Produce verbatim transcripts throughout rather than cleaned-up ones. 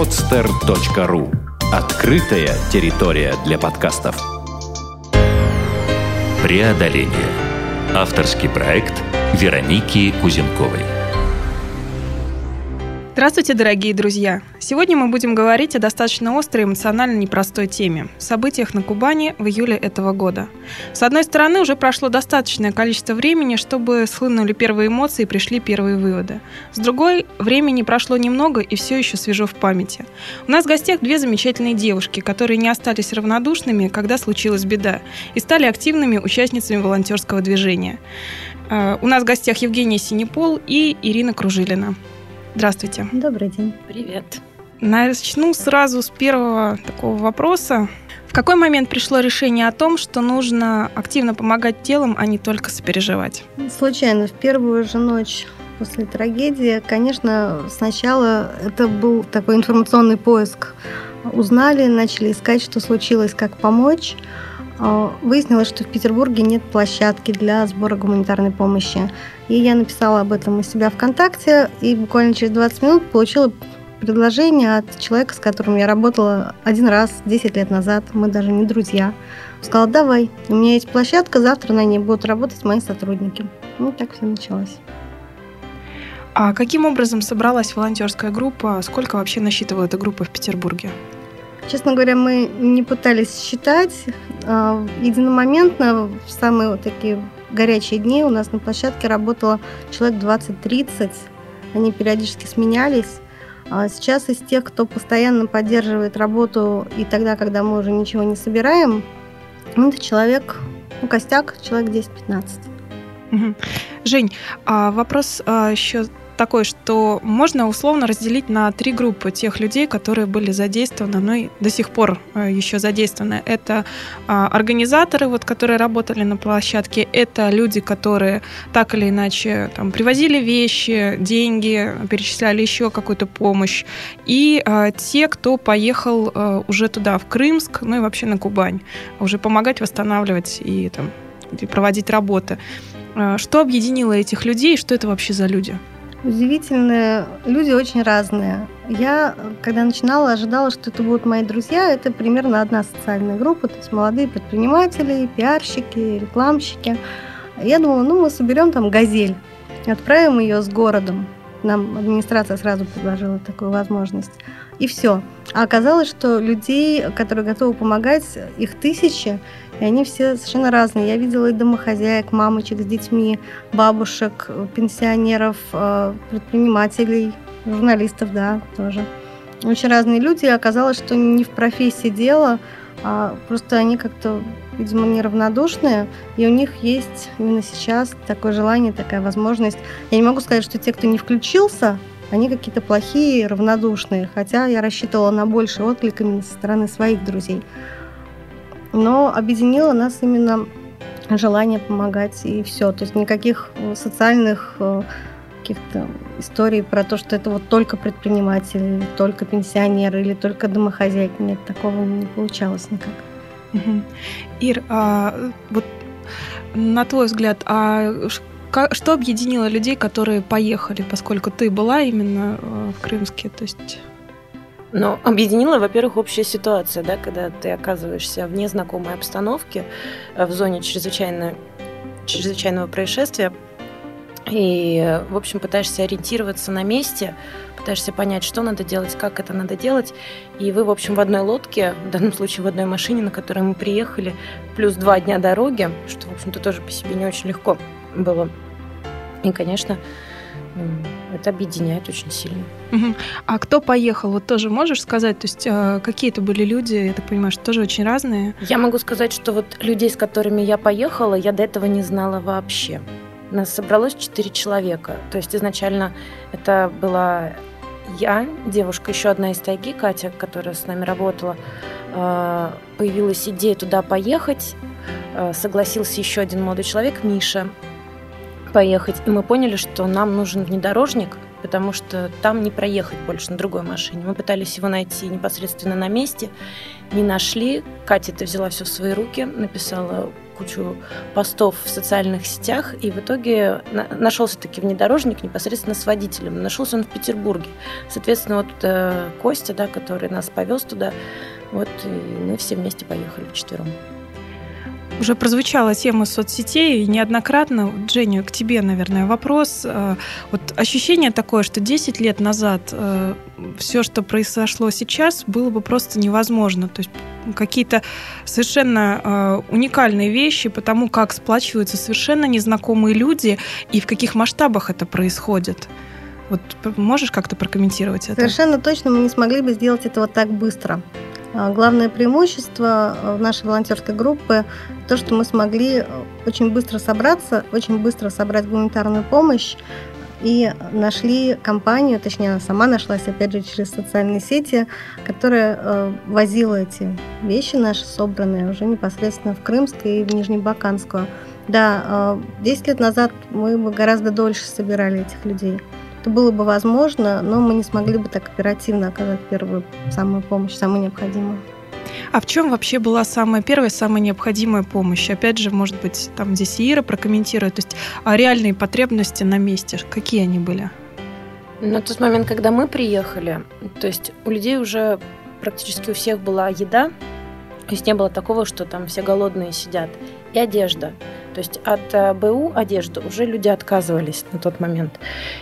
подстер точка ру. Открытая территория для подкастов. Преодоление. Авторский проект Вероники Кузенковой. Здравствуйте, дорогие друзья! Сегодня мы будем говорить о достаточно острой и эмоционально непростой теме – событиях на Кубани в июле этого года. С одной стороны, уже прошло достаточное количество времени, чтобы схлынули первые эмоции и пришли первые выводы. С другой, времени прошло немного и все еще свежо в памяти. У нас в гостях две замечательные девушки, которые не остались равнодушными, когда случилась беда, и стали активными участницами волонтерского движения. У нас в гостях Евгения Синепол и Ирина Кружилина. Здравствуйте. Добрый день. Привет. Начну сразу с первого такого вопроса. В какой момент пришло решение о том, что нужно активно помогать телом, а не только сопереживать? Случайно, в первую же ночь после трагедии, конечно, сначала это был такой информационный поиск. Узнали, начали искать, что случилось, как помочь. Выяснилось, что в Петербурге нет площадки для сбора гуманитарной помощи. И я написала об этом у себя ВКонтакте, и буквально через двадцать минут получила предложение от человека, с которым я работала один раз десять лет назад. Мы даже не друзья. Сказала: давай, у меня есть площадка, завтра на ней будут работать мои сотрудники. Ну, так все началось. А каким образом собралась волонтерская группа? Сколько вообще насчитывала эта группа в Петербурге? Честно говоря, мы не пытались считать. Единомоментно, в самые вот такие горячие дни у нас на площадке работало человек двадцать-тридцать. Они периодически сменялись. А сейчас из тех, кто постоянно поддерживает работу и тогда, когда мы уже ничего не собираем, это человек, ну, костяк, человек десять-пятнадцать. Угу. Жень, а вопрос а, еще такой, что можно условно разделить на три группы тех людей, которые были задействованы, ну и до сих пор еще задействованы. Это организаторы, вот, которые работали на площадке, это люди, которые так или иначе там, привозили вещи, деньги, перечисляли еще какую-то помощь, и а, те, кто поехал а, уже туда, в Крымск, ну и вообще на Кубань, уже помогать восстанавливать и, там, и проводить работы. А, что объединило этих людей, что это вообще за люди? Удивительные люди, очень разные. Я, когда начинала, ожидала, что это будут мои друзья. Это примерно одна социальная группа, то есть молодые предприниматели, пиарщики, рекламщики. Я думала, ну, мы соберем там «Газель», отправим ее с городом. Нам администрация сразу предложила такую возможность. И все. А оказалось, что людей, которые готовы помогать, их тысячи, и они все совершенно разные. Я видела и домохозяек, мамочек с детьми, бабушек, пенсионеров, предпринимателей, журналистов, да, тоже. Очень разные люди. И оказалось, что не в профессии дело, а просто они как-то, видимо, неравнодушные, и у них есть именно сейчас такое желание, такая возможность. Я не могу сказать, что те, кто не включился, они какие-то плохие, равнодушные, хотя я рассчитывала на больший отклик именно со стороны своих друзей. Но объединило нас именно желание помогать, и все. То есть никаких социальных каких-то историй про то, что это вот только предприниматели, или только пенсионеры, или только домохозяйки. Нет, такого не получалось никак. Угу. Ир, а вот на твой взгляд, а что объединило людей, которые поехали, поскольку ты была именно в Крымске, то есть... Ну, объединила, во-первых, общая ситуация, да, когда ты оказываешься в незнакомой обстановке, в зоне чрезвычайно, чрезвычайного происшествия, и, в общем, пытаешься ориентироваться на месте, пытаешься понять, что надо делать, как это надо делать, и вы, в общем, в одной лодке, в данном случае в одной машине, на которой мы приехали, плюс два дня дороги, что, в общем-то, тоже по себе не очень легко было. И, конечно, это объединяет очень сильно. Угу. А кто поехал? Вот тоже можешь сказать? То есть какие это были люди? Я так понимаю, что тоже очень разные. Я могу сказать, что вот людей, с которыми я поехала, я до этого не знала вообще. Нас собралось четыре человека. То есть изначально это была я, девушка, еще одна из тайги, Катя, которая с нами работала. Появилась идея туда поехать. Согласился еще один молодой человек, Миша, поехать. И мы поняли, что нам нужен внедорожник, потому что там не проехать больше на другой машине. Мы пытались его найти непосредственно на месте, не нашли. Катя это взяла все в свои руки, написала кучу постов в социальных сетях, и в итоге нашелся таки внедорожник непосредственно с водителем. Нашелся он в Петербурге. Соответственно, вот э, Костя, да, который нас повез туда, вот, и мы все вместе поехали вчетвером. Уже прозвучала тема соцсетей, и неоднократно, Женя, к тебе, наверное, вопрос. Вот ощущение такое, что десять лет назад все, что произошло сейчас, было бы просто невозможно. То есть какие-то совершенно уникальные вещи по тому, как сплачиваются совершенно незнакомые люди и в каких масштабах это происходит. Вот можешь как-то прокомментировать это? Совершенно точно мы не смогли бы сделать это вот так быстро. Главное преимущество нашей волонтерской группы – то, что мы смогли очень быстро собраться, очень быстро собрать гуманитарную помощь и нашли компанию, точнее, она сама нашлась, опять же, через социальные сети, которая возила эти вещи наши собранные уже непосредственно в Крымскую и в Нижнебаканскую. Да, десять лет назад мы бы гораздо дольше собирали этих людей. Это было бы возможно, но мы не смогли бы так оперативно оказать первую самую помощь, самую необходимую. А в чем вообще была самая первая, самая необходимая помощь? Опять же, может быть, там здесь Ира прокомментирует. То есть а реальные потребности на месте, какие они были? На тот момент, когда мы приехали, то есть у людей уже практически у всех была еда, то есть не было такого, что там все голодные сидят, и одежда. То есть от БУ одежды уже люди отказывались на тот момент.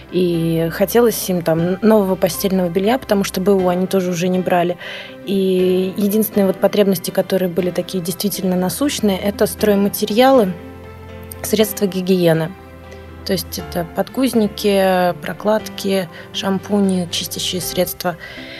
И хотелось им там нового постельного белья, потому что БУ они тоже уже не брали. И единственные вот потребности, которые были такие действительно насущные, это стройматериалы, средства гигиены. То есть это подгузники, прокладки, шампуни, чистящие средства.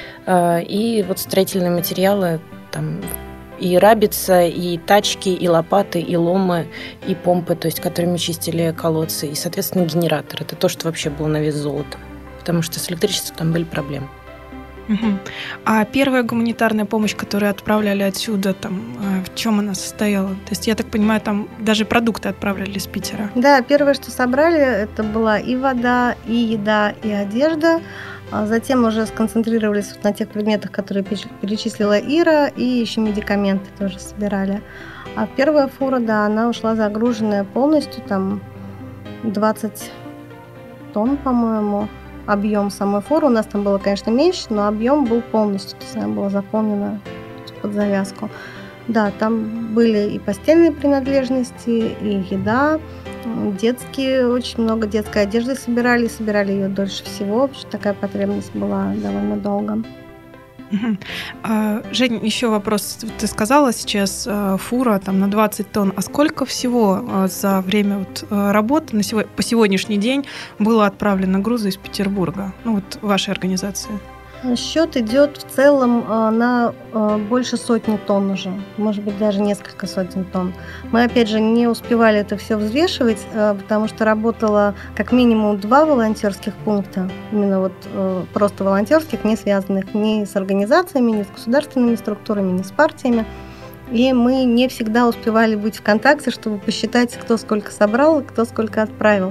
И вот строительные материалы, там, и рабица, и тачки, и лопаты, и ломы, и помпы, то есть которыми чистили колодцы, и, соответственно, генератор. Это то, что вообще было на вес золота, потому что с электричеством там были проблемы. Угу. А первая гуманитарная помощь, которую отправляли отсюда, там, в чем она состояла? То есть, я так понимаю, там даже продукты отправляли из Питера. Да, первое, что собрали, это была и вода, и еда, и одежда. Затем уже сконцентрировались на тех предметах, которые перечислила Ира, и еще медикаменты тоже собирали. А первая фура, да, она ушла загруженная полностью, там двадцать тонн, по-моему, объем самой фуры. У нас там было, конечно, меньше, но объем был полностью, то есть она была заполнена под завязку. Да, там были и постельные принадлежности, и еда, детские, очень много детской одежды собирали, собирали ее дольше всего, потому что такая потребность была довольно долго. Угу. А, Жень, еще вопрос. Ты сказала сейчас фура там, на двадцать тонн. А сколько всего за время вот, работы на сего... по сегодняшний день было отправлено груза из Петербурга? Ну вот вашей организации. Счет идет в целом на больше сотни тонн уже, может быть, даже несколько сотен тонн. Мы, опять же, не успевали это все взвешивать, потому что работало как минимум два волонтерских пункта, именно вот просто волонтерских, не связанных ни с организациями, ни с государственными структурами, ни с партиями. И мы не всегда успевали быть в контакте, чтобы посчитать, кто сколько собрал, кто сколько отправил.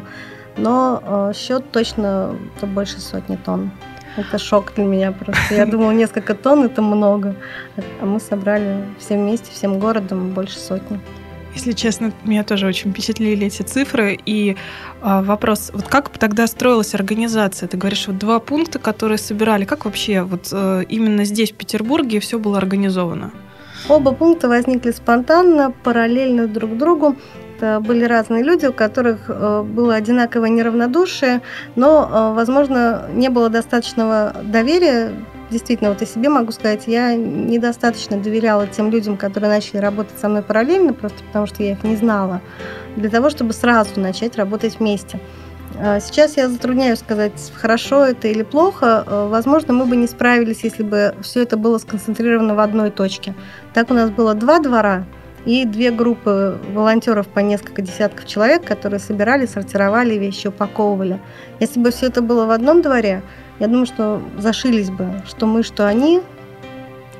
Но счет точно больше сотни тонн. Это шок для меня просто. Я думала, несколько тонн – это много. А мы собрали все вместе, всем городом больше сотни. Если честно, меня тоже очень впечатлили эти цифры. И а, вопрос, вот как тогда строилась организация? Ты говоришь, вот два пункта, которые собирали. Как вообще вот а, именно здесь, в Петербурге, все было организовано? Оба пункта возникли спонтанно, параллельно друг другу. Были разные люди, у которых было одинаковое неравнодушие, но, возможно, не было достаточного доверия. Действительно, вот о себе могу сказать, я недостаточно доверяла тем людям, которые начали работать со мной параллельно, просто потому что я их не знала, для того, чтобы сразу начать работать вместе. Сейчас я затрудняюсь сказать, хорошо это или плохо. Возможно, мы бы не справились, если бы все это было сконцентрировано в одной точке. Так у нас было два двора и две группы волонтеров по несколько десятков человек, которые собирали, сортировали вещи, упаковывали. Если бы все это было в одном дворе, я думаю, что зашились бы, что мы, что они.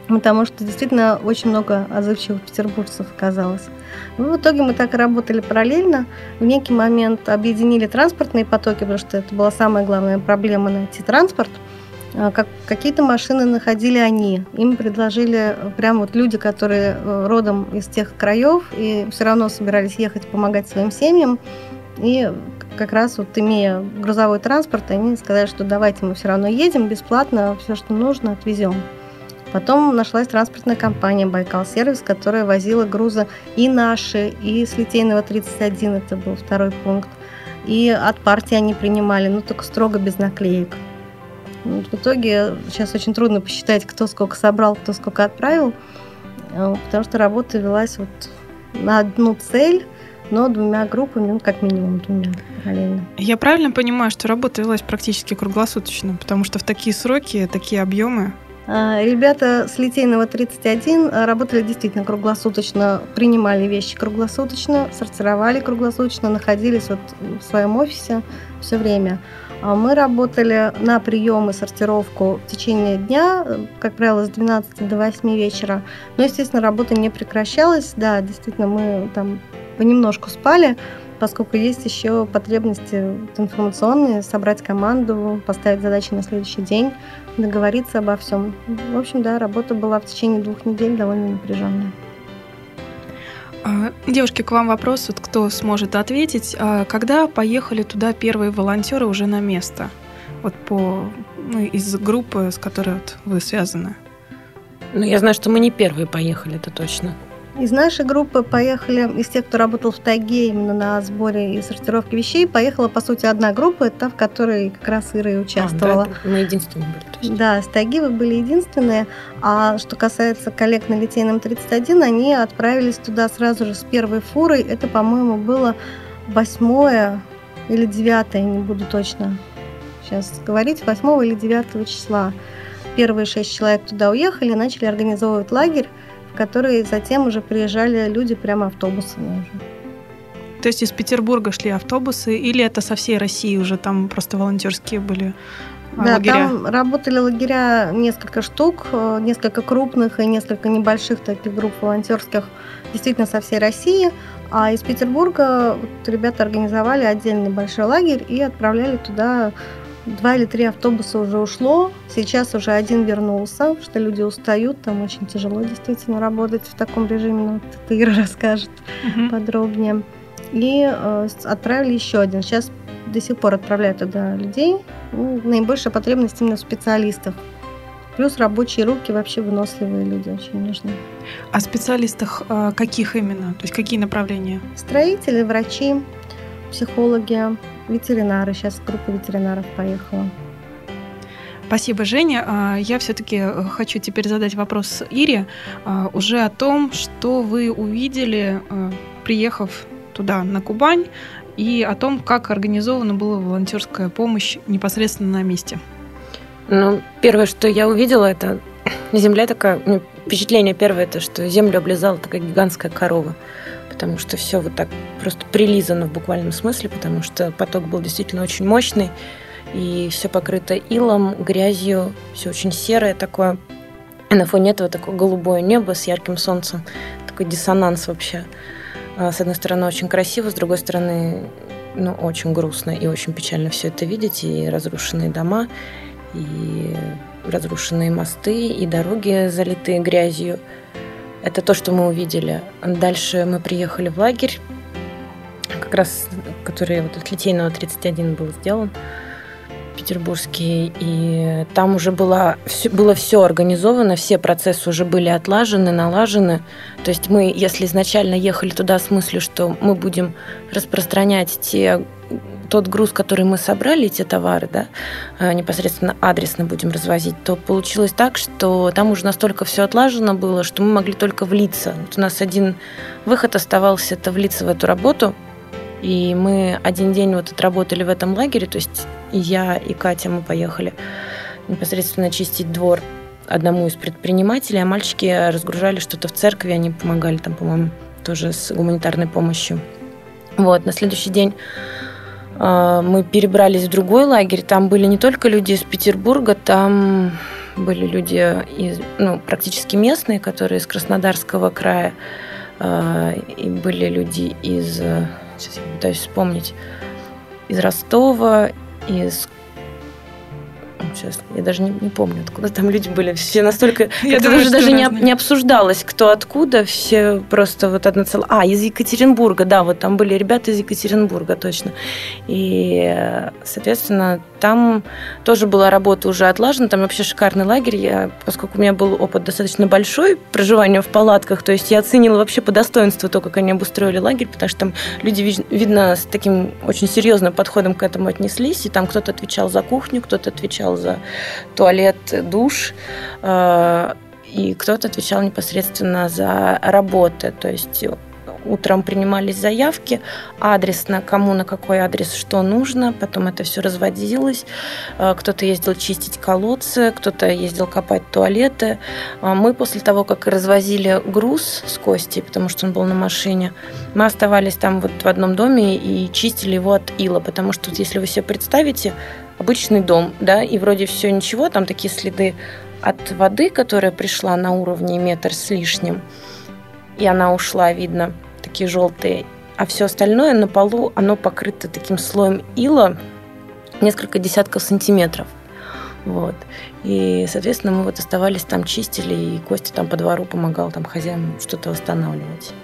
потому что действительно очень много отзывчивых петербуржцев оказалось. Ну, в итоге мы так и работали параллельно. В некий момент объединили транспортные потоки, потому что это была самая главная проблема — найти транспорт. Как, какие-то машины находили они. Им предложили прям вот люди, которые родом из тех краев и все равно собирались ехать помогать своим семьям. И как раз вот имея грузовой транспорт, они сказали, что давайте мы все равно едем бесплатно, все, что нужно, отвезем. Потом нашлась транспортная компания «Байкал-сервис», которая возила грузы и наши, и с Литейного тридцать один, это был второй пункт, и от партии они принимали, но только строго без наклеек. Вот в итоге сейчас очень трудно посчитать, кто сколько собрал, кто сколько отправил, потому что работа велась вот на одну цель, но двумя группами, ну, как минимум двумя параллельно. Я правильно понимаю, что работа велась практически круглосуточно, потому что в такие сроки, такие объемы? Ребята с Литейного тридцать один работали действительно круглосуточно, принимали вещи круглосуточно, сортировали круглосуточно, находились вот в своем офисе все время. Мы работали на прием и сортировку в течение дня, как правило, с двенадцати до восьми вечера. Но, естественно, работа не прекращалась. Да, действительно, мы там понемножку спали, поскольку есть еще потребности информационные, собрать команду, поставить задачи на следующий день, договориться обо всем. В общем, да, работа была в течение двух недель довольно напряженная. Девушки, к вам вопрос, вот кто сможет ответить. Когда поехали туда первые волонтеры уже на место? Вот по, ну, из группы, с которой вот вы связаны. Ну, я знаю, что мы не первые поехали, это точно. Из нашей группы поехали, из тех, кто работал в тайге именно на сборе и сортировке вещей, поехала, по сути, одна группа, это та, в которой как раз Ира и участвовала. А, да, мы единственные были. Точно. Да, с тайги вы были единственные. А что касается коллег на Литейном тридцать один, они отправились туда сразу же с первой фурой. Это, по-моему, было восьмое или девятое, не буду точно сейчас говорить, восьмого или девятого числа. Первые шесть человек туда уехали, начали организовывать лагерь, в которые затем уже приезжали люди прямо автобусами уже. То есть из Петербурга шли автобусы, или это со всей России уже там просто волонтерские были да, лагеря? Да, там работали лагеря несколько штук, несколько крупных и несколько небольших таких групп волонтерских, действительно со всей России. А из Петербурга вот ребята организовали отдельный большой лагерь и отправляли туда. Два или три автобуса уже ушло, сейчас уже один вернулся, что люди устают, там очень тяжело действительно работать в таком режиме, ну, вот это Ира расскажет uh-huh. подробнее. И э, отправили еще один. Сейчас до сих пор отправляют туда людей. Ну, наибольшая потребность именно в специалистах. Плюс рабочие руки, вообще выносливые люди очень нужны. А специалистах э, каких именно? То есть какие направления? Строители, врачи, психологи, ветеринары. Сейчас группа ветеринаров поехала. Спасибо, Женя. Я все-таки хочу теперь задать вопрос Ире уже о том, что вы увидели, приехав туда, на Кубань, и о том, как организована была волонтерская помощь непосредственно на месте. Ну, первое, что я увидела, это земля такая, ну, впечатление первое, это что землю облизала такая гигантская корова. Потому что все вот так просто прилизано в буквальном смысле, потому что поток был действительно очень мощный, и все покрыто илом, грязью, все очень серое такое. И на фоне этого такое голубое небо с ярким солнцем, такой диссонанс вообще. С одной стороны, очень красиво, с другой стороны, ну, очень грустно и очень печально все это видеть, и разрушенные дома, и разрушенные мосты, и дороги, залитые грязью. Это то, что мы увидели. Дальше мы приехали в лагерь, как раз который вот от Литейного тридцать один был сделан, петербургский, и там уже было все, было все организовано, все процессы уже были отлажены, налажены. То есть мы, если изначально ехали туда с мыслью, что мы будем распространять те тот груз, который мы собрали, те товары, да, непосредственно адресно будем развозить, то получилось так, что там уже настолько все отлажено было, что мы могли только влиться. Вот у нас один выход оставался, это влиться в эту работу, и мы один день вот отработали в этом лагере, то есть и я, и Катя, мы поехали непосредственно чистить двор одному из предпринимателей, а мальчики разгружали что-то в церкви, они помогали там, по-моему, тоже с гуманитарной помощью. Вот, на следующий день мы перебрались в другой лагерь. Там были не только люди из Петербурга, там были люди из, ну, практически местные, которые из Краснодарского края, и были люди из, сейчас я пытаюсь вспомнить, из Ростова, из... Сейчас, я даже не, не помню, откуда там люди были. Все настолько... Я это думаю, уже даже не, разные. не обсуждалось, кто откуда. Все просто вот одна целая... А, из Екатеринбурга, да, вот там были ребята из Екатеринбурга, точно. И, соответственно, там тоже была работа уже отлажена. Там вообще шикарный лагерь. Я, поскольку у меня был опыт достаточно большой проживания в палатках, то есть я оценила вообще по достоинству то, как они обустроили лагерь, потому что там люди, видно, с таким очень серьезным подходом к этому отнеслись. И там кто-то отвечал за кухню, кто-то отвечал за туалет, душ, и кто-то отвечал непосредственно за работы. То есть утром принимались заявки, адресно, кому на какой адрес что нужно, потом это все разводилось. Кто-то ездил чистить колодцы, кто-то ездил копать туалеты. Мы после того, как развозили груз с Костей, потому что он был на машине, мы оставались там вот в одном доме и чистили его от ила, потому что, если вы себе представите, обычный дом, да, и вроде все ничего, там такие следы от воды, которая пришла на уровне метр с лишним, и она ушла, видно, такие желтые, а все остальное на полу, оно покрыто таким слоем ила несколько десятков сантиметров. Вот. И, соответственно, мы вот оставались там, чистили, и Костя там по двору помогал там хозяину что-то восстанавливать.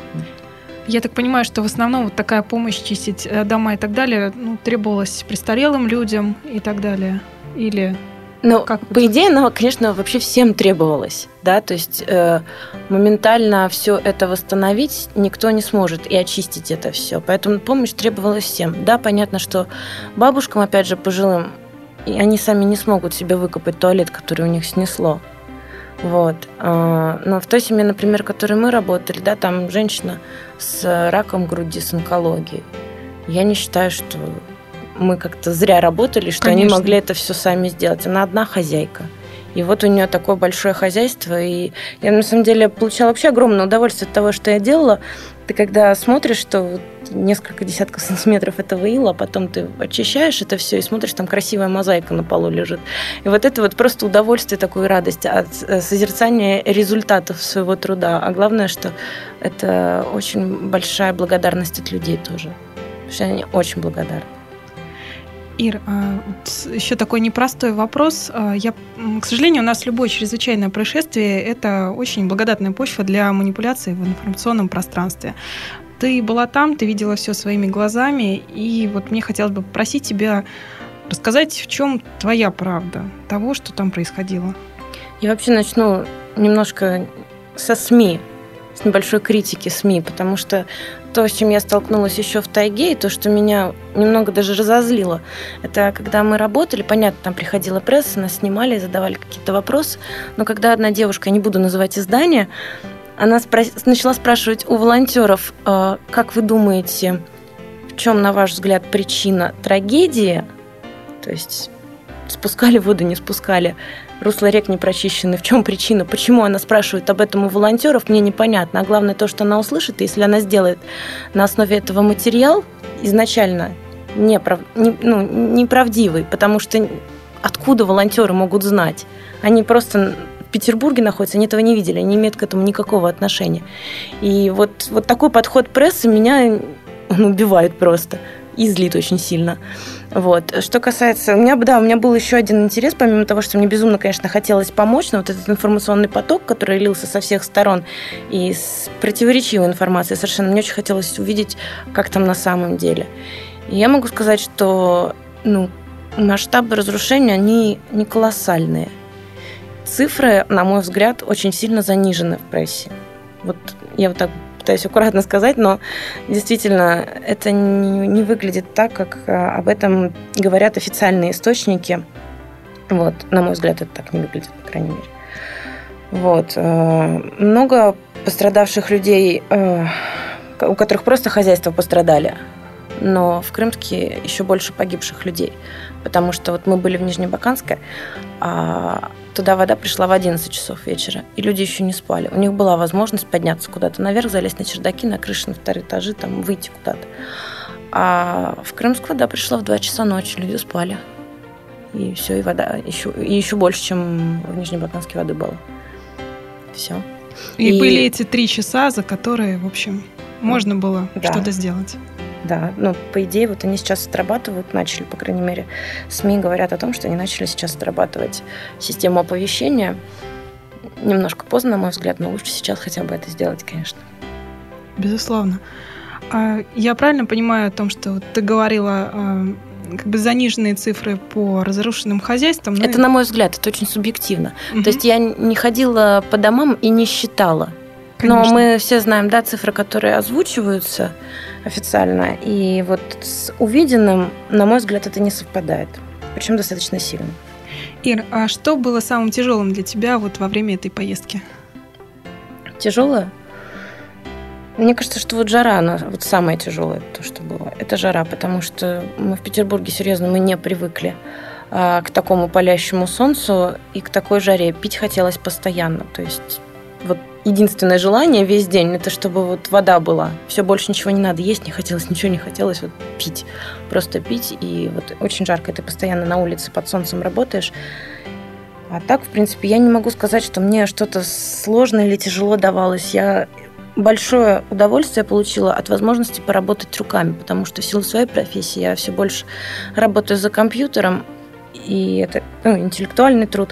Я так понимаю, что в основном вот такая помощь чистить дома и так далее, ну, требовалась престарелым людям и так далее? Или... Ну, как по идее, она, конечно, вообще всем требовалась, да, то есть э, моментально все это восстановить никто не сможет и очистить это все, поэтому помощь требовалась всем. Да, понятно, что бабушкам, опять же, пожилым, и они сами не смогут себе выкопать туалет, который у них снесло, вот. Но в той семье, например, в которой мы работали, да, там женщина с раком груди, с онкологией. Я не считаю, что мы как-то зря работали, что Конечно. Они могли это все сами сделать. Она одна хозяйка. И вот у нее такое большое хозяйство. И я, на самом деле, получала вообще огромное удовольствие от того, что я делала. Ты когда смотришь, что вот несколько десятков сантиметров этого ила, потом ты очищаешь это все и смотришь, там красивая мозаика на полу лежит. И вот это вот просто удовольствие, такую радость от созерцания результатов своего труда. А главное, что это очень большая благодарность от людей тоже. Потому что они очень благодарны. Ир, еще такой непростой вопрос. Я, к сожалению, у нас любое чрезвычайное происшествие – это очень благодатная почва для манипуляций в информационном пространстве. Ты была там, ты видела все своими глазами, и вот мне хотелось бы попросить тебя рассказать, в чем твоя правда того, что там происходило. Я вообще начну немножко со СМИ, с небольшой критики СМИ, потому что то, с чем я столкнулась еще в тайге, и то, что меня немного даже разозлило, это когда мы работали, понятно, там приходила пресса, нас снимали, задавали какие-то вопросы, но когда одна девушка, я не буду называть издание, она спрос... начала спрашивать у волонтеров, э, как вы думаете, в чем, на ваш взгляд, причина трагедии, то есть спускали воду, не спускали, русла рек не прочищены. В чем причина? Почему она спрашивает об этом у волонтеров, мне непонятно. А главное то, что она услышит, и если она сделает на основе этого материал изначально неправ... не, ну, неправдивый, потому что откуда волонтеры могут знать? Они просто в Петербурге находятся, они этого не видели, они не имеют к этому никакого отношения. И вот, вот такой подход прессы меня он убивает просто. И злит очень сильно. Вот. Что касается... У меня, да, у меня был еще один интерес, помимо того, что мне безумно, конечно, хотелось помочь, но вот этот информационный поток, который лился со всех сторон и с противоречивой информацией совершенно, мне очень хотелось увидеть, как там на самом деле. И я могу сказать, что ну, масштабы разрушения, они не колоссальные. Цифры, на мой взгляд, очень сильно занижены в прессе. Вот я вот так пытаюсь аккуратно сказать, но действительно это не, не выглядит так, как об этом говорят официальные источники. Вот, на мой взгляд, это так не выглядит, по крайней мере. Вот. Много пострадавших людей, у которых просто хозяйства пострадали, но в Крымске еще больше погибших людей, потому что вот мы были в Нижнебаканске, а туда вода пришла в одиннадцать часов вечера, и люди еще не спали. У них была возможность подняться куда-то наверх, залезть на чердаки, на крыши, на вторые этажи, там, выйти куда-то. А в Крымск вода пришла в два часа ночи, люди спали. И все, и вода. Еще, и еще больше, чем в Нижнебалканске воды было. Все. И, и были эти три часа, за которые, в общем, можно было да. что-то сделать. Да, ну, по идее, вот они сейчас отрабатывают, начали, по крайней мере, СМИ говорят о том, что они начали сейчас отрабатывать систему оповещения. Немножко поздно, на мой взгляд, но лучше сейчас хотя бы это сделать, конечно. Безусловно. Я правильно понимаю о том, что ты говорила как бы заниженные цифры по разрушенным хозяйствам? Это, и... на мой взгляд, это очень субъективно. Угу. То есть я не ходила по домам и не считала. Конечно. Но мы все знаем, да, цифры, которые озвучиваются официально, и вот с увиденным, на мой взгляд, это не совпадает, причем достаточно сильно. Ир, а что было самым тяжелым для тебя вот во время этой поездки? Тяжелое? Мне кажется, что вот жара, она вот самое тяжелое, то, что было. Это жара, потому что мы в Петербурге, серьезно, мы не привыкли а, к такому палящему солнцу и к такой жаре. Пить хотелось постоянно, то есть вот единственное желание весь день, это чтобы вот вода была. Все, больше ничего не надо. Есть не хотелось, ничего не хотелось. Вот пить. Просто пить. И вот очень жарко. Ты постоянно на улице под солнцем работаешь. А так, в принципе, я не могу сказать, что мне что-то сложно или тяжело давалось. Я большое удовольствие получила от возможности поработать руками, потому что в силу своей профессии я все больше работаю за компьютером. И это ну, интеллектуальный труд.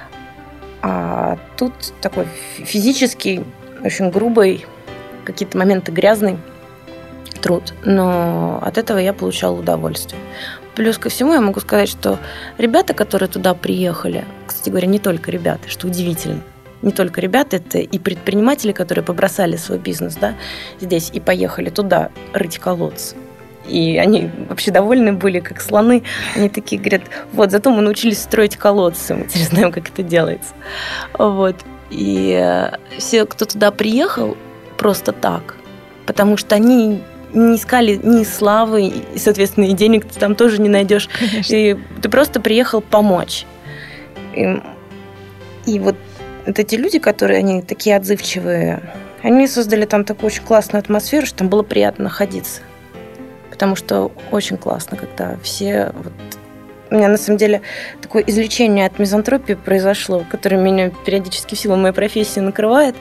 А тут такой физический, очень грубый, какие-то моменты грязный труд. Но от этого я получала удовольствие. Плюс ко всему я могу сказать, что ребята, которые туда приехали, кстати говоря, не только ребята, что удивительно, не только ребята, это и предприниматели, которые побросали свой бизнес, да, здесь и поехали туда рыть колодцы. И они вообще довольны были, как слоны. Они такие говорят, вот, зато мы научились строить колодцы, мы теперь знаем, как это делается. Вот. И все, кто туда приехал, просто так, потому что они не искали ни славы, и, соответственно, и денег ты там тоже не найдешь. Конечно. И ты просто приехал помочь. И, и вот, вот эти люди, которые, они такие отзывчивые, они создали там такую очень классную атмосферу, что там было приятно находиться. Потому что очень классно, когда все... Вот... У меня, на самом деле, такое излечение от мизантропии произошло, которое меня периодически в силу моей профессии накрывает.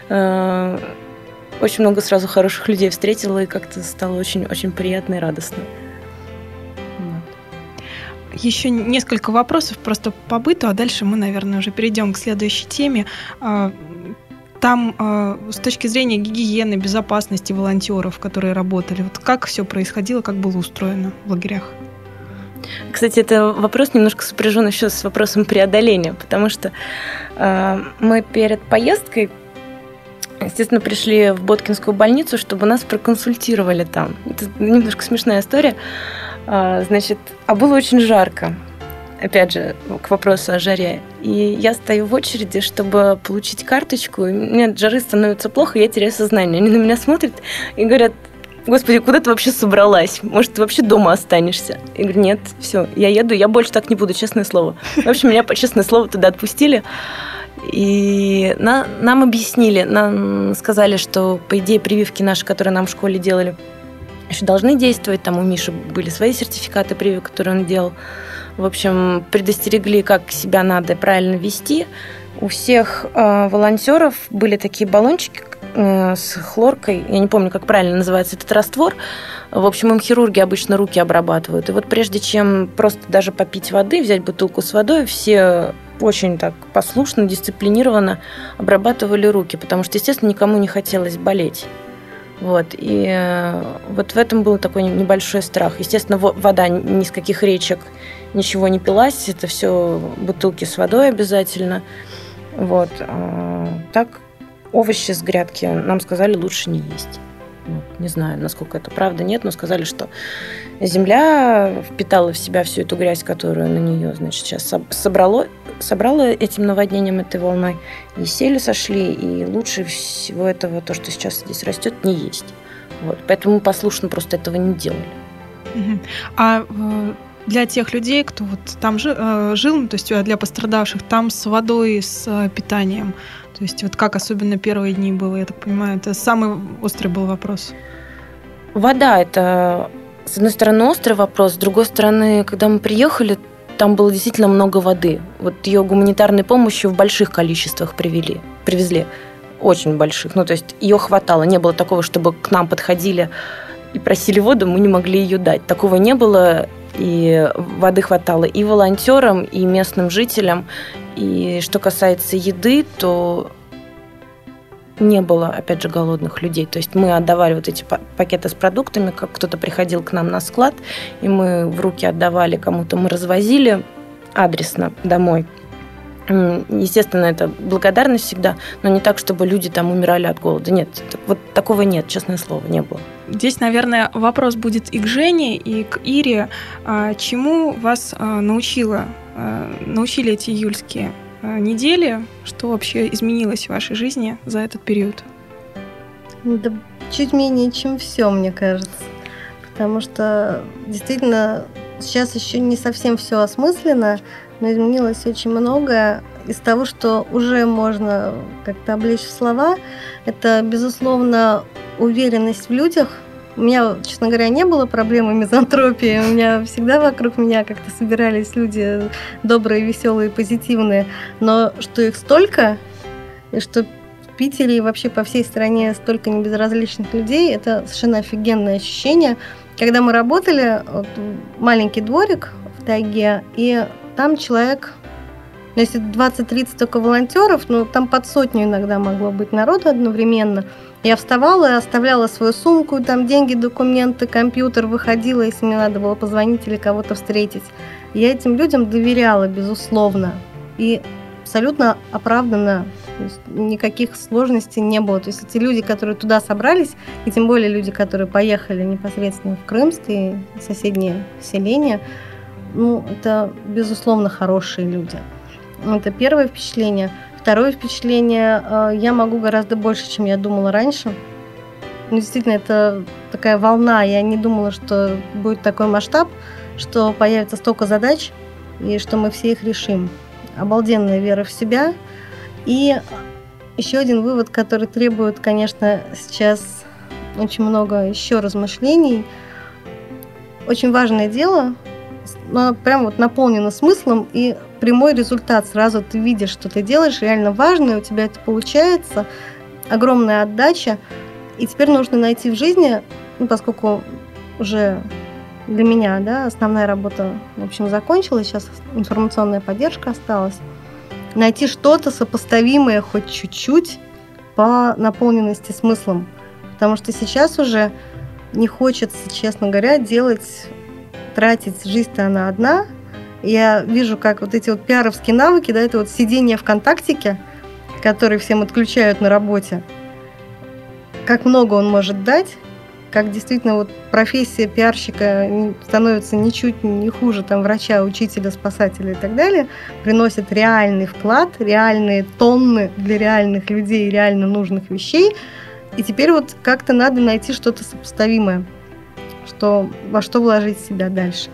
Очень много сразу хороших людей встретила, и как-то стало очень-очень приятно и радостно. Вот. Еще несколько вопросов просто по быту, а дальше мы, наверное, уже перейдем к следующей теме. Там э, с точки зрения гигиены, безопасности волонтеров, которые работали, вот как все происходило, как было устроено в лагерях? Кстати, это вопрос немножко сопряжен еще с вопросом преодоления, потому что э, мы перед поездкой, естественно, пришли в Боткинскую больницу, чтобы нас проконсультировали там. Это немножко смешная история. Э, значит, а было очень жарко. Опять же, к вопросу о жаре. И я стою в очереди, чтобы получить карточку. И мне от жары становится плохо, я теряю сознание. Они на меня смотрят и говорят, господи, куда ты вообще собралась? Может, ты вообще дома останешься? Я говорю, нет, все, я еду, я больше так не буду, честное слово. В общем, меня, честное слово, туда отпустили. И на, нам объяснили, нам сказали, что, по идее, прививки наши, которые нам в школе делали, еще должны действовать. Там у Миши были свои сертификаты прививок, которые он делал. В общем, предостерегли, как себя надо правильно вести. У всех э, волонтеров были такие баллончики э, с хлоркой. Я не помню, как правильно называется этот раствор. В общем, им хирурги обычно руки обрабатывают. И вот прежде чем просто даже попить воды, взять бутылку с водой, все очень так послушно, дисциплинированно обрабатывали руки, потому что, естественно, никому не хотелось болеть. Вот. И э, вот в этом был такой небольшой страх. Естественно, вода ни с каких речек, ничего не пилась. Это все бутылки с водой обязательно. Вот. А так, овощи с грядки нам сказали лучше не есть. Вот. Не знаю, насколько это правда, нет, но сказали, что земля впитала в себя всю эту грязь, которую на нее, значит, сейчас собрало, собрала этим наводнением, этой волной, и сели, сошли, и лучше всего этого, то, что сейчас здесь растет, не есть. Вот. Поэтому мы послушно просто этого не делали. А для тех людей, кто вот там жил, ну, то есть для пострадавших, там с водой, с питанием, то есть вот как особенно первые дни было, я так понимаю, это самый острый был вопрос. Вода – это, с одной стороны, острый вопрос, с другой стороны, когда мы приехали, там было действительно много воды. Вот ее гуманитарной помощью в больших количествах привели, привезли. Очень больших. Ну, то есть ее хватало. Не было такого, чтобы к нам подходили и просили воду, мы не могли ее дать. Такого не было. И воды хватало и волонтерам, и местным жителям. И что касается еды, то не было, опять же, голодных людей. То есть мы отдавали вот эти пакеты с продуктами, как кто-то приходил к нам на склад, и мы в руки отдавали кому-то, мы развозили адресно домой. Естественно, это благодарность всегда, но не так, чтобы люди там умирали от голода. Нет, вот такого нет, честное слово, не было. Здесь, наверное, вопрос будет и к Жене, и к Ире. Чему вас научила, научили эти июльские недели? Что вообще изменилось в вашей жизни за этот период? Да, чуть менее, чем все, мне кажется. Потому что действительно сейчас еще не совсем все осмысленно, но изменилось очень многое из того, что уже можно как-то облечь в слова. Это, безусловно, уверенность в людях. У меня, честно говоря, не было проблемы мизантропии. У меня всегда вокруг меня как-то собирались люди добрые, веселые, позитивные. Но что их столько, и что в Питере и вообще по всей стране столько небезразличных людей, это совершенно офигенное ощущение. Когда мы работали, вот, маленький дворик в тайге, и там человек, ну, если двадцать-тридцать только волонтеров, ну, там под сотню иногда могло быть народу одновременно. Я вставала и оставляла свою сумку, там деньги, документы, компьютер, выходила, если мне надо было позвонить или кого-то встретить. Я этим людям доверяла, безусловно, и абсолютно оправданно. То есть никаких сложностей не было. То есть эти люди, которые туда собрались, и тем более люди, которые поехали непосредственно в Крымские соседние селения, ну, это, безусловно, хорошие люди. Это первое впечатление. Второе впечатление, я могу гораздо больше, чем я думала раньше. Ну, действительно, это такая волна. Я не думала, что будет такой масштаб, что появится столько задач, и что мы все их решим. Обалденная вера в себя. И еще один вывод, который требует, конечно, сейчас очень много еще размышлений. Очень важное дело, но прям вот наполнено смыслом, и прямой результат. Сразу ты видишь, что ты делаешь реально важное, у тебя это получается, огромная отдача. И теперь нужно найти в жизни, ну, поскольку уже для меня, да, основная работа, в общем, закончилась, сейчас информационная поддержка осталась, найти что-то сопоставимое хоть чуть-чуть по наполненности смыслом. Потому что сейчас уже не хочется, честно говоря, делать, тратить, жизнь-то она одна. Я вижу, как вот эти вот пиаровские навыки, да, это вот сидение ВКонтактике, который всем отключают на работе, как много он может дать, как действительно вот профессия пиарщика становится ничуть не хуже там врача, учителя, спасателя и так далее, приносит реальный вклад, реальные тонны для реальных людей, реально нужных вещей. И теперь вот как-то надо найти что-то сопоставимое, что, во что вложить себя дальше.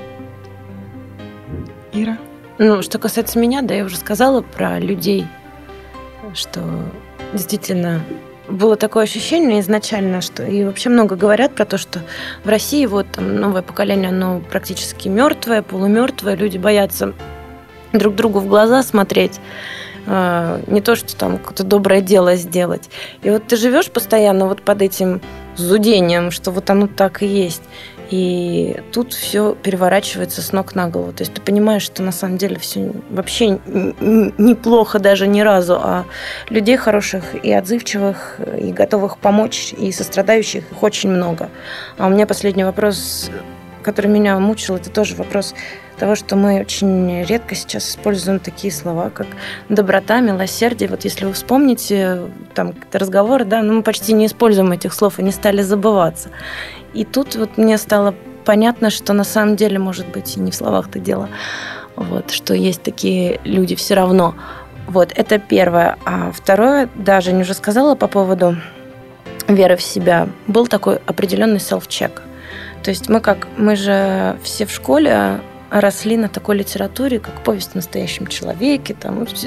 Ира? Ну, что касается меня, да, я уже сказала про людей, что действительно было такое ощущение изначально, что и вообще много говорят про то, что в России вот там новое поколение, оно практически мертвое, полумертвое, люди боятся друг другу в глаза смотреть, не то, что там какое-то доброе дело сделать. И вот ты живешь постоянно вот под этим зудением, что вот оно так и есть. И тут все переворачивается с ног на голову. То есть ты понимаешь, что на самом деле все вообще неплохо даже ни разу, а людей хороших и отзывчивых, и готовых помочь, и сострадающих их очень много. А у меня последний вопрос, который меня мучил, это тоже вопрос того, что мы очень редко сейчас используем такие слова, как доброта, милосердие. Вот если вы вспомните там разговоры, да, ну, мы почти не используем этих слов, они стали забываться. И тут вот мне стало понятно, что на самом деле, может быть, и не в словах-то дело, вот, что есть такие люди все равно. Вот, это первое. А второе, да, Женя уже сказала по поводу веры в себя, был такой определенный self-check. То есть мы как, мы же все в школе росли на такой литературе, как «Повесть о настоящем человеке», там,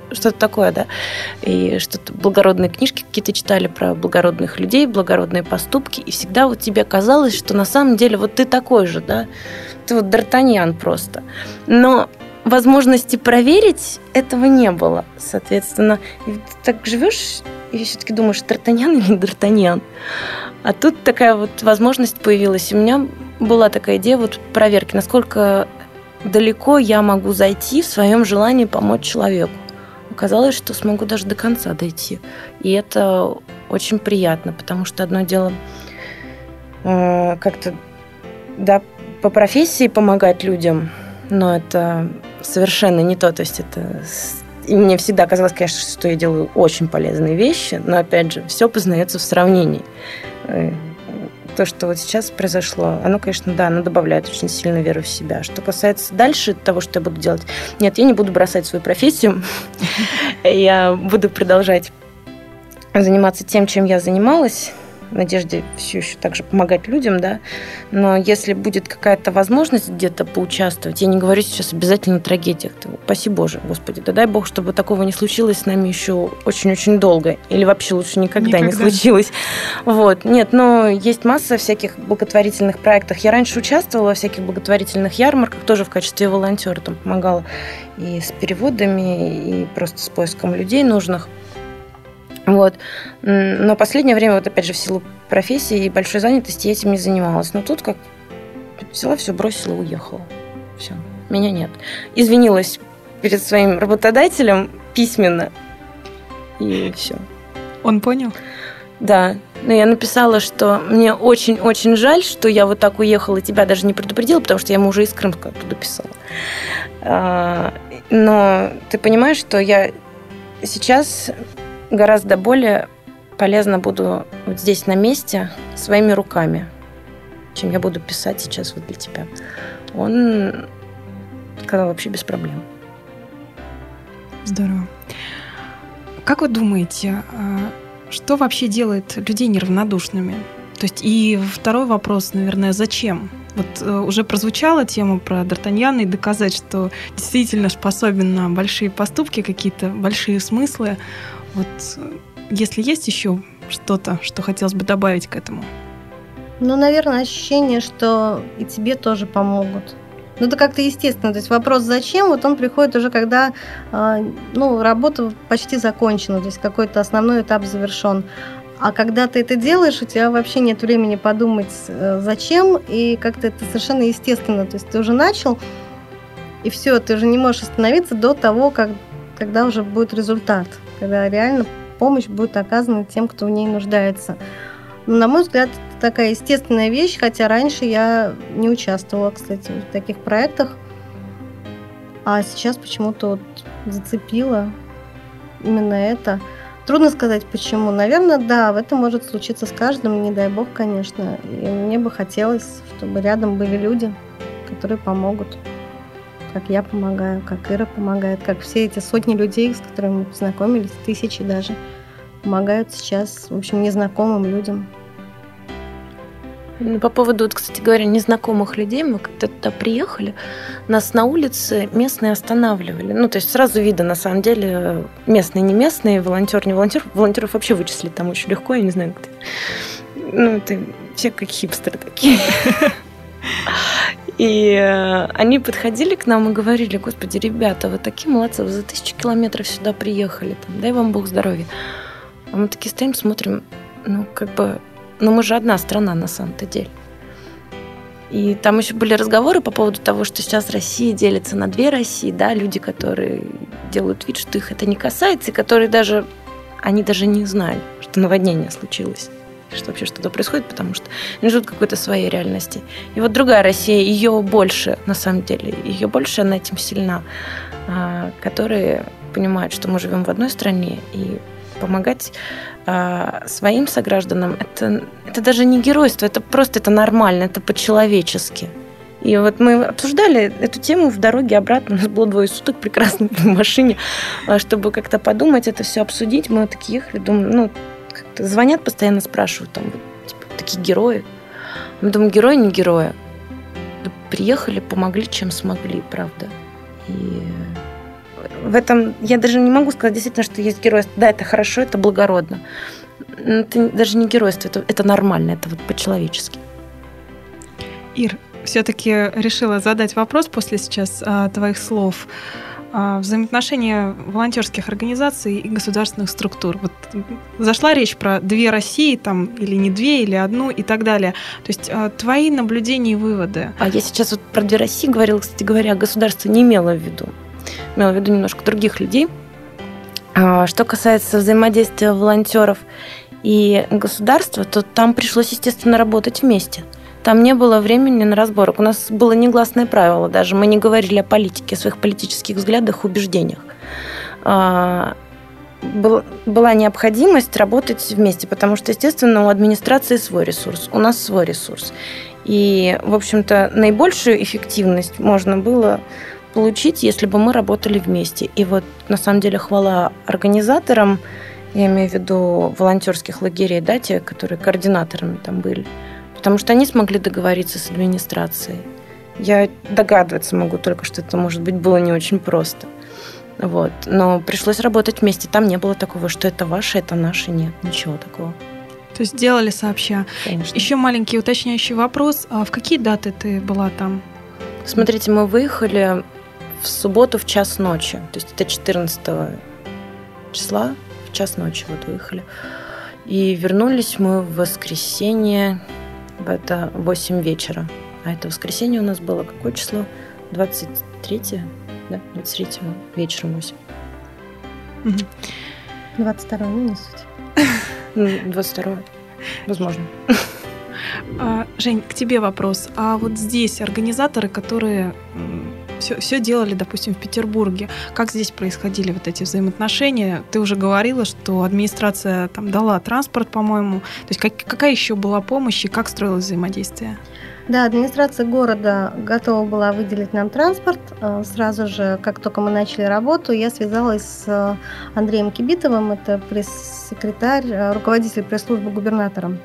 что-то такое, да, и что-то благородные книжки какие-то читали про благородных людей, благородные поступки, и всегда вот тебе казалось, что на самом деле вот ты такой же, да, ты вот Д'Артаньян просто. Но возможности проверить этого не было, соответственно. И ты так живешь и все-таки думаешь, Д'Артаньян или Д'Артаньян. А тут такая вот возможность появилась. У меня была такая идея вот проверки, насколько далеко я могу зайти в своем желании помочь человеку. Оказалось, что смогу даже до конца дойти. И это очень приятно, потому что одно дело э, как-то, да, по профессии помогать людям, но это совершенно не то. То есть это... И мне всегда казалось, конечно, что я делаю очень полезные вещи, но, опять же, все познается в сравнении. То, что вот сейчас произошло, оно, конечно, да, оно добавляет очень сильно веру в себя. Что касается дальше того, что я буду делать, нет, я не буду бросать свою профессию. Я буду продолжать заниматься тем, чем я занималась, в надежде все еще также помогать людям, да. Но если будет какая-то возможность где-то поучаствовать, я не говорю сейчас обязательно о трагедиях, упаси Боже, Господи, да дай Бог, чтобы такого не случилось с нами еще очень-очень долго, или вообще лучше никогда, никогда. не случилось. Вот. Нет, но есть масса всяких благотворительных проектов. Я раньше участвовала во всяких благотворительных ярмарках, тоже в качестве волонтера, там помогала и с переводами, и просто с поиском людей нужных. Вот. Но в последнее время, вот опять же, в силу профессии и большой занятости я этим не занималась. Но тут как взяла, все бросила, уехала. Все, меня нет. Извинилась перед своим работодателем письменно. И все. Он понял? Да. Но я написала, что мне очень-очень жаль, что я вот так уехала, тебя даже не предупредила, потому что я ему уже из Крымска оттуда писала. Но ты понимаешь, что я сейчас... гораздо более полезно буду вот здесь на месте своими руками, чем я буду писать сейчас вот для тебя. Он сказал вообще без проблем. Здорово. Как вы думаете, что вообще делает людей неравнодушными? То есть и второй вопрос, наверное, зачем? Вот уже прозвучала тема про Д'Артаньяна и доказать, что действительно способен на большие поступки, какие-то большие смыслы. Вот если есть еще что-то, что хотелось бы добавить к этому? Ну, наверное, ощущение, что и тебе тоже помогут. Ну, это как-то естественно. То есть вопрос «зачем?» вот он приходит уже, когда ну, работа почти закончена, то есть какой-то основной этап завершен. А когда ты это делаешь, у тебя вообще нет времени подумать «зачем?» и как-то это совершенно естественно. То есть ты уже начал, и все, ты уже не можешь остановиться до того, как, когда уже будет результат. Когда реально помощь будет оказана тем, кто в ней нуждается. Но, на мой взгляд, это такая естественная вещь, хотя раньше я не участвовала, кстати, в таких проектах, а сейчас почему-то вот зацепило именно это. Трудно сказать, почему. Наверное, да, это может случиться с каждым, не дай бог, конечно. И мне бы хотелось, чтобы рядом были люди, которые помогут. Как я помогаю, как Ира помогает, как все эти сотни людей, с которыми мы познакомились, тысячи даже, помогают сейчас, в общем, незнакомым людям. По поводу, кстати говоря, незнакомых людей, мы когда туда приехали, нас на улице местные останавливали. Ну, то есть сразу видно, на самом деле, местные, не местные, волонтер, не волонтер. Волонтеров вообще вычислить там очень легко, я не знаю, как ты. Ну, это все как хипстеры такие. И они подходили к нам и говорили: господи, ребята, вы такие молодцы, вы за тысячу километров сюда приехали, там, дай вам Бог здоровья. А мы такие стоим, смотрим, ну, как бы, ну, мы же одна страна на самом-то деле. И там еще были разговоры по поводу того, что сейчас Россия делится на две России, да, люди, которые делают вид, что их это не касается, и которые даже, они даже не знали, что наводнение случилось, что вообще что-то происходит, потому что они живут в какой-то своей реальности. И вот другая Россия, ее больше, на самом деле, ее больше, она этим сильна, которые понимают, что мы живем в одной стране, и помогать своим согражданам, это, это даже не геройство, это просто это нормально, это по-человечески. И вот мы обсуждали эту тему в дороге обратно, у нас было двое суток прекрасно в машине, чтобы как-то подумать, это все обсудить. Мы такие ехали, думаю, ну, как-то звонят, постоянно спрашивают, там, типа, такие герои. Мы думаем, герои, не герои. Приехали, помогли, чем смогли, правда. И в этом я даже не могу сказать действительно, что есть геройство. Да, это хорошо, это благородно. Это даже не геройство, это, это нормально, это вот по-человечески. Ир, все-таки решила задать вопрос после сейчас а, твоих слов. А, взаимоотношения волонтерских организаций и государственных структур. Вот зашла речь про две России, там, или не две, или одну и так далее. То есть а, твои наблюдения и выводы. А я сейчас вот про две России говорила, кстати говоря, государство не имело в виду. Имела в виду немножко других людей. А, что касается взаимодействия волонтеров и государства, то там пришлось, естественно, работать вместе. Там не было времени на разборок. У нас было негласное правило даже. Мы не говорили о политике, о своих политических взглядах, убеждениях. Была необходимость работать вместе, потому что, естественно, у администрации свой ресурс, у нас свой ресурс. И, в общем-то, наибольшую эффективность можно было получить, если бы мы работали вместе. И вот, на самом деле, хвала организаторам, я имею в виду волонтерских лагерей, да, те, которые координаторами там были, потому что они смогли договориться с администрацией. Я догадываться могу только, что это, может быть, было не очень просто. Вот. Но пришлось работать вместе. Там не было такого, что это ваше, это наше. Нет, ничего такого. То есть делали сообща. Конечно. Еще маленький уточняющий вопрос. А в какие даты ты была там? Смотрите, мы выехали в субботу в час ночи. То есть это четырнадцатого числа в час ночи вот выехали. И вернулись мы в воскресенье. Это восемь вечера. А это воскресенье у нас было какое число? двадцать третье? Да, двадцать третьего вечером восемь. двадцать второго, ну не суть. двадцать второго, возможно. А, Жень, к тебе вопрос. А вот здесь организаторы, которые все, все делали, допустим, в Петербурге, как здесь происходили вот эти взаимоотношения? Ты уже говорила, что администрация там дала транспорт, по-моему. То есть как, какая еще была помощь и как строилось взаимодействие? Да, администрация города готова была выделить нам транспорт. Сразу же, как только мы начали работу, я связалась с Андреем Кибитовым, это пресс-секретарь, руководитель пресс-службы губернатора.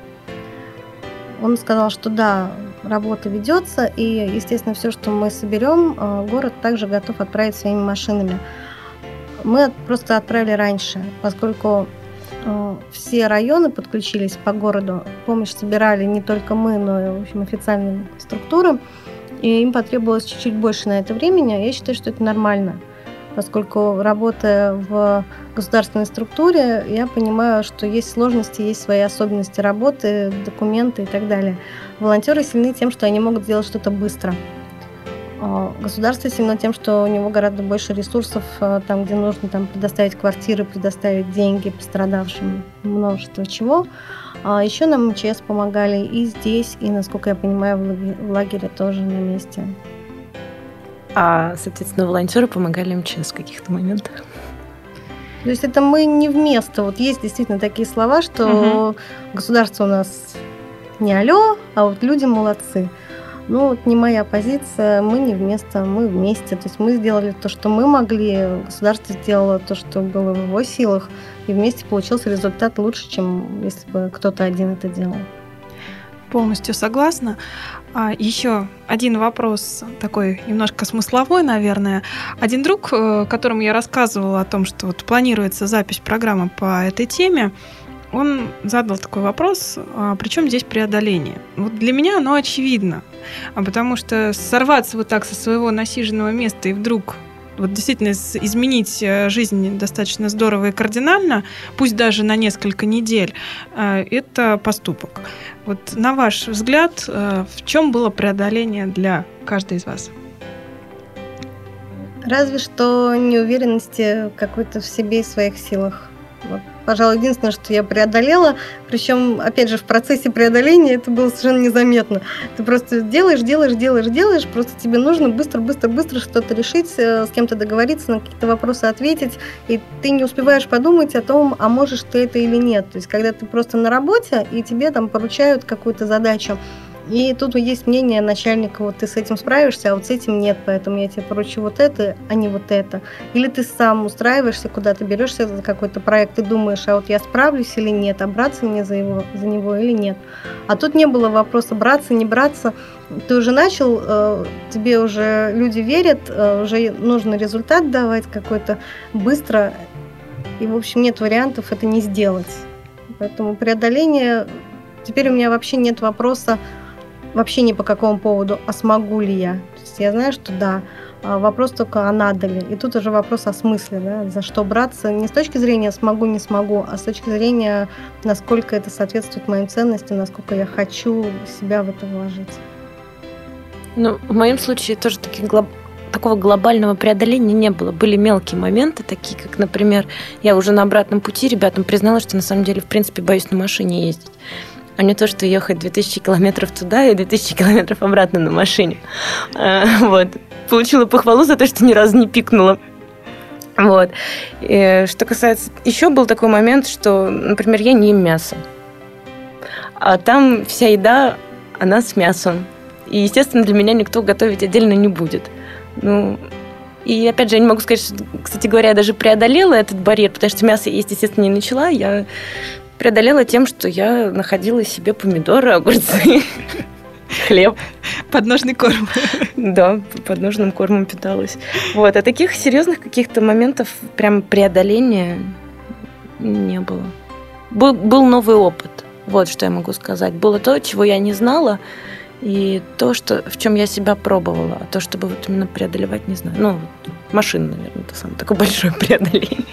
Он сказал, что да, работа ведется, и, естественно, все, что мы соберем, город также готов отправить своими машинами. Мы просто отправили раньше, поскольку все районы подключились по городу. Помощь собирали не только мы, но и, в общем, официальные структуры. И им потребовалось чуть-чуть больше на это времени. Я считаю, что это нормально, поскольку, работая в государственной структуре, я понимаю, что есть сложности, есть свои особенности работы, документы и так далее. Волонтеры сильны тем, что они могут сделать что-то быстро. Государство сильно тем, что у него гораздо больше ресурсов, там, где нужно там, предоставить квартиры, предоставить деньги пострадавшим, множество чего. А еще нам МЧС помогали и здесь, и, насколько я понимаю, в лагере тоже на месте. А, соответственно, волонтеры помогали МЧС в каких-то моментах? То есть это мы не вместо. Вот есть действительно такие слова, что угу. государство у нас не алё, а вот люди молодцы. Ну, вот не моя позиция, мы не вместо, мы вместе. То есть мы сделали то, что мы могли, государство сделало то, что было в его силах, и вместе получился результат лучше, чем если бы кто-то один это делал. Полностью согласна. А еще один вопрос, такой немножко смысловой, наверное. Один друг, которому я рассказывала о том, что вот планируется запись программы по этой теме, он задал такой вопрос, а при чем здесь преодоление? Вот для меня оно очевидно, а потому что сорваться вот так со своего насиженного места и вдруг вот действительно изменить жизнь достаточно здорово и кардинально, пусть даже на несколько недель, это поступок. Вот на ваш взгляд, в чем было преодоление для каждой из вас? Разве что неуверенности какой-то в себе и своих силах. Вот, пожалуй, единственное, что я преодолела, причем, опять же, в процессе преодоления это было совершенно незаметно. Ты просто делаешь, делаешь, делаешь, делаешь, просто тебе нужно быстро, быстро, быстро что-то решить, с кем-то договориться, на какие-то вопросы ответить, и ты не успеваешь подумать о том, а можешь ты это или нет. То есть, когда ты просто на работе, и тебе там поручают какую-то задачу, И тут есть мнение начальника, вот ты с этим справишься, а вот с этим нет, поэтому я тебе поручу вот это, а не вот это. Или ты сам устраиваешься куда-то, берешься за какой-то проект и думаешь, а вот я справлюсь или нет, а браться мне за, его, за него или нет. А тут не было вопроса браться, не браться. Ты уже начал, тебе уже люди верят, уже нужно результат давать какой-то быстро, и, в общем, нет вариантов это не сделать. Поэтому преодоление... Теперь у меня вообще нет вопроса вообще ни по какому поводу, а смогу ли я. То есть я знаю, что да, вопрос только, а надо ли. И тут уже вопрос о смысле, да, за что браться. Не с точки зрения смогу, не смогу, а с точки зрения, насколько это соответствует моим ценностям, насколько я хочу себя в это вложить. Ну, в моем случае тоже таких глоб... такого глобального преодоления не было. Были мелкие моменты, такие как, например, я уже на обратном пути ребятам призналась, что на самом деле, в принципе, боюсь на машине ездить. А не то, что ехать две тысячи километров туда и две тысячи километров обратно на машине. Вот. Получила похвалу за то, что ни разу не пикнула. Вот. И что касается... Еще был такой момент, что, например, я не ем мясо. А там вся еда, она с мясом. И, естественно, для меня никто готовить отдельно не будет. Ну... И, опять же, я не могу сказать, что, кстати говоря, я даже преодолела этот барьер, потому что мясо есть, естественно, не начала. Я преодолела тем, что я находила себе помидоры, огурцы, хлеб. Подножный корм. Да, подножным кормом питалась. Вот. А таких серьезных каких-то моментов прям преодоления не было. Был, был новый опыт. Вот что я могу сказать. Было то, чего я не знала, и то, что, в чем я себя пробовала. А то, чтобы вот именно преодолевать, не знаю. Ну, машина, наверное, это самое такое большое преодоление.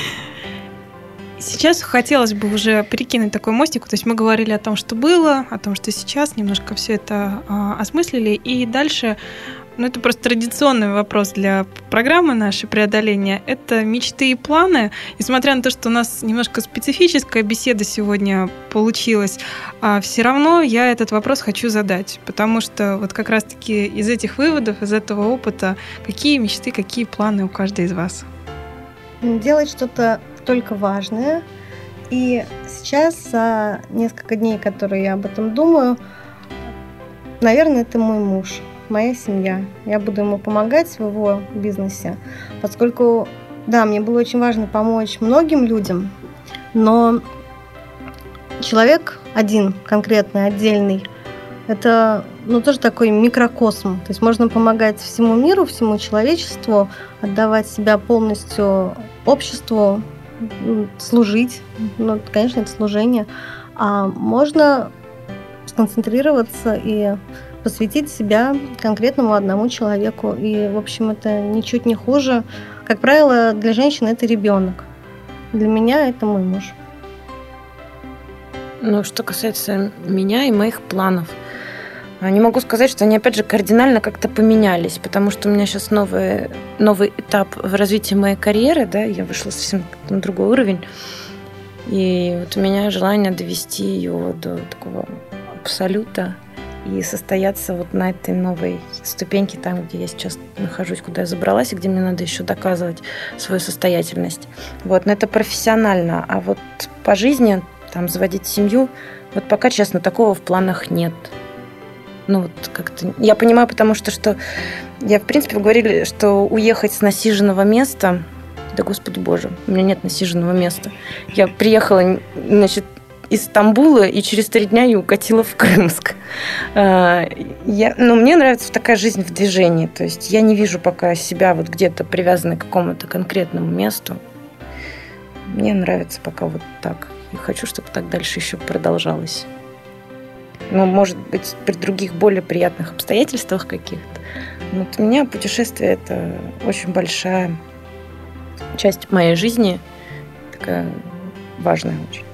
Сейчас хотелось бы уже перекинуть такой мостик. То есть мы говорили о том, что было, о том, что сейчас, немножко все это а, осмыслили. И дальше, ну это просто традиционный вопрос для программы нашей преодоления. Это мечты и планы. Несмотря на то, что у нас немножко специфическая беседа сегодня получилась, а все равно я этот вопрос хочу задать. Потому что вот как раз-таки из этих выводов, из этого опыта, какие мечты, какие планы у каждой из вас? Делать что-то только важное. И сейчас, за несколько дней, которые я об этом думаю, наверное, это мой муж, моя семья. Я буду ему помогать в его бизнесе, поскольку, да, мне было очень важно помочь многим людям, но человек один, конкретный, отдельный, это, ну, тоже такой микрокосм. То есть можно помогать всему миру, всему человечеству, отдавать себя полностью обществу, служить. Ну, конечно, это служение. А можно сконцентрироваться и посвятить себя конкретному одному человеку. И, в общем, это ничуть не хуже. Как правило, для женщины это ребенок. Для меня это мой муж. Ну, что касается меня и моих планов, не могу сказать, что они, опять же, кардинально как-то поменялись, потому что у меня сейчас новый, новый этап в развитии моей карьеры, да, я вышла совсем на другой уровень, и вот у меня желание довести ее до такого абсолюта и состояться вот на этой новой ступеньке, там, где я сейчас нахожусь, куда я забралась, и где мне надо еще доказывать свою состоятельность. Вот, но это профессионально, а вот по жизни, там, заводить семью, вот пока, честно, такого в планах нет. Ну, вот как-то... Я понимаю, потому что, что я, в принципе, говорили, что уехать с насиженного места... Да, Господи Боже, у меня нет насиженного места. Я приехала, значит, из Стамбула, и через три дня я укатила в Крымск. Я, ну, мне нравится такая жизнь в движении. То есть я не вижу пока себя вот где-то привязанной к какому-то конкретному месту. Мне нравится пока вот так. И хочу, чтобы так дальше еще продолжалось. Ну, может быть, при других более приятных обстоятельствах каких-то. Но вот у меня путешествие – это очень большая часть моей жизни, такая важная очень.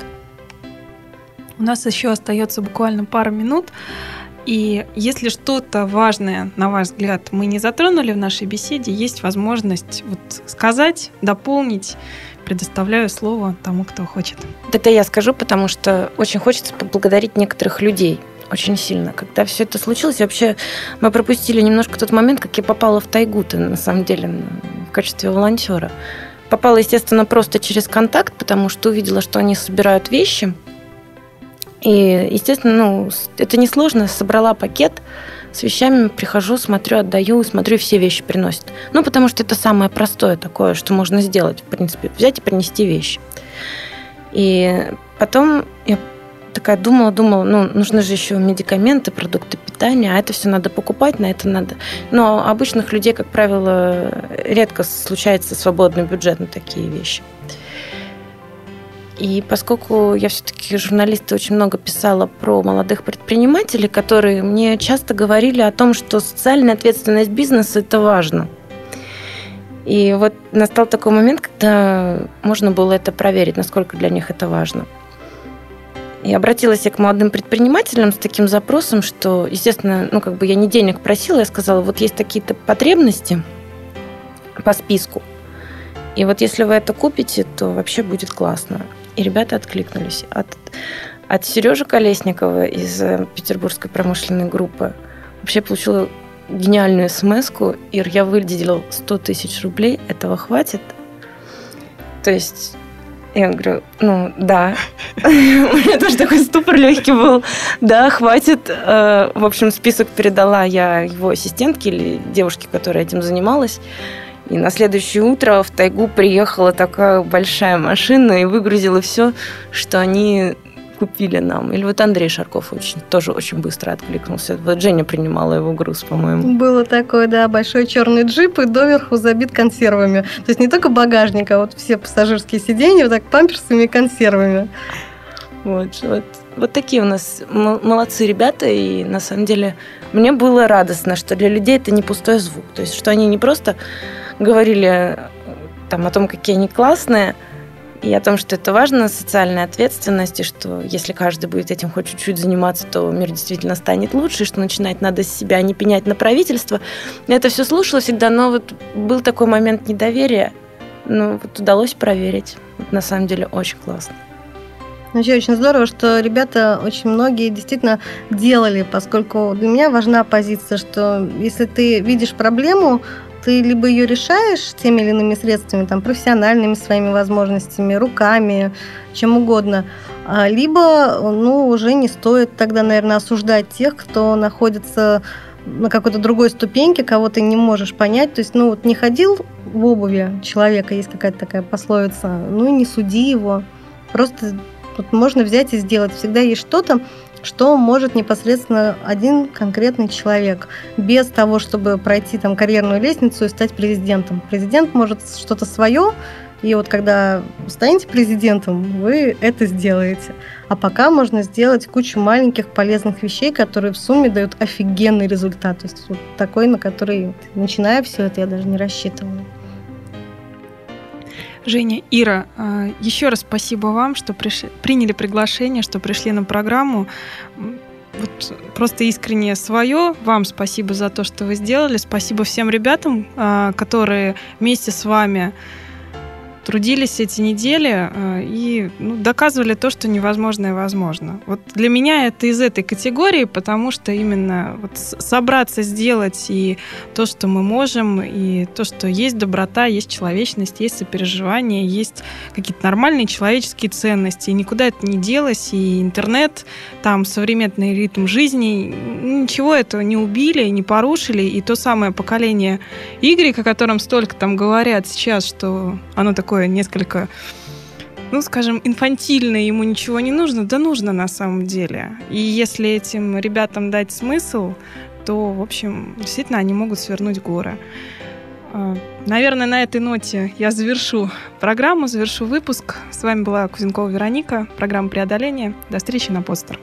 У нас еще остается буквально пара минут. И если что-то важное, на ваш взгляд, мы не затронули в нашей беседе, есть возможность вот сказать, дополнить. Предоставляю слово тому, кто хочет. Это я скажу, потому что очень хочется поблагодарить некоторых людей очень сильно. Когда все это случилось, вообще мы пропустили немножко тот момент, как я попала в тайгу-то, на самом деле, в качестве волонтера. Попала, естественно, просто через контакт, потому что увидела, что они собирают вещи. И, естественно, ну, это несложно. Собрала пакет с вещами, прихожу, смотрю, отдаю, смотрю, все вещи приносят. Ну, потому что это самое простое такое, что можно сделать, в принципе, взять и принести вещи. И потом я такая думала, думала, ну, нужны же еще медикаменты, продукты питания, а это все надо покупать, на это надо. Но обычных людей, как правило, редко случается свободный бюджет на такие вещи. И поскольку я все-таки журналист, очень много писала про молодых предпринимателей, которые мне часто говорили о том, что социальная ответственность бизнеса – это важно. И вот настал такой момент, когда можно было это проверить, насколько для них это важно. И обратилась я к молодым предпринимателям с таким запросом, что, естественно, ну, как бы я не денег просила, я сказала, вот есть такие-то потребности по списку, и вот если вы это купите, то вообще будет классно. И ребята откликнулись. От, от Сережи Колесникова из Петербургской промышленной группы вообще получила гениальную смс-ку: Ир, я выделил сто тысяч рублей, этого хватит? То есть я говорю, ну, да. У меня тоже такой ступор легкий был. Да, хватит. В общем, список передала я его ассистентке или девушке, которая этим занималась. И на следующее утро в тайгу приехала такая большая машина и выгрузила все, что они купили нам. Или вот Андрей Шарков очень, тоже очень быстро откликнулся. Вот Женя принимала его груз, по-моему. Было такое, да, большой черный джип и доверху забит консервами. То есть не только багажник, а вот все пассажирские сиденья вот так памперсами и консервами. Вот, вот, вот такие у нас молодцы ребята. И на самом деле мне было радостно, что для людей это не пустой звук. То есть что они не просто говорили там, о том, какие они классные, и о том, что это важно, социальная ответственность, и что если каждый будет этим хоть чуть-чуть заниматься, то мир действительно станет лучше, и что начинать надо с себя, а не пенять на правительство. Я это все слушала всегда, но вот был такой момент недоверия, ну вот удалось проверить. Вот, на самом деле очень классно. Вообще очень здорово, что ребята очень многие действительно делали, поскольку для меня важна позиция, что если ты видишь проблему, ты либо ее решаешь теми или иными средствами, там, профессиональными своими возможностями, руками, чем угодно, либо ну, уже не стоит тогда, наверное, осуждать тех, кто находится на какой-то другой ступеньке, кого ты не можешь понять. То есть, ну, вот не ходил в обуви человека, есть какая-то такая пословица, ну и не суди его. Просто вот можно взять и сделать. Всегда есть что-то, что может непосредственно один конкретный человек, без того, чтобы пройти там карьерную лестницу и стать президентом. Президент может что-то свое, и вот когда станете президентом, вы это сделаете. А пока можно сделать кучу маленьких полезных вещей, которые в сумме дают офигенный результат. То есть вот такой, на который, начиная все это, я даже не рассчитывала. Женя, Ира, еще раз спасибо вам, что пришли, приняли приглашение, что пришли на программу. Вот просто искренне свое. Вам спасибо за то, что вы сделали. Спасибо всем ребятам, которые вместе с вами трудились эти недели и ну, доказывали то, что невозможное возможно. Вот для меня это из этой категории, потому что именно вот собраться, сделать и то, что мы можем, и то, что есть доброта, есть человечность, есть сопереживание, есть какие-то нормальные человеческие ценности, и никуда это не делось, и интернет, там современный ритм жизни, ничего этого не убили, не порушили, и то самое поколение Y, о котором столько там говорят сейчас, что оно такое несколько, ну, скажем, инфантильное, ему ничего не нужно, да нужно на самом деле. И если этим ребятам дать смысл, то, в общем, действительно, они могут свернуть горы. Наверное, на этой ноте я завершу программу, завершу выпуск. С вами была Кузенкова Вероника, программа «Преодоление». До встречи на Подстер.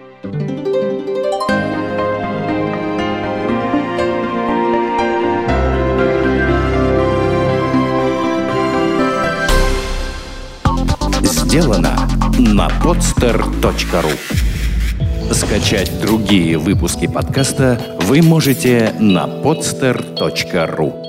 Сделано на podster точка ру. Скачать другие выпуски подкаста вы можете на podster точка ру.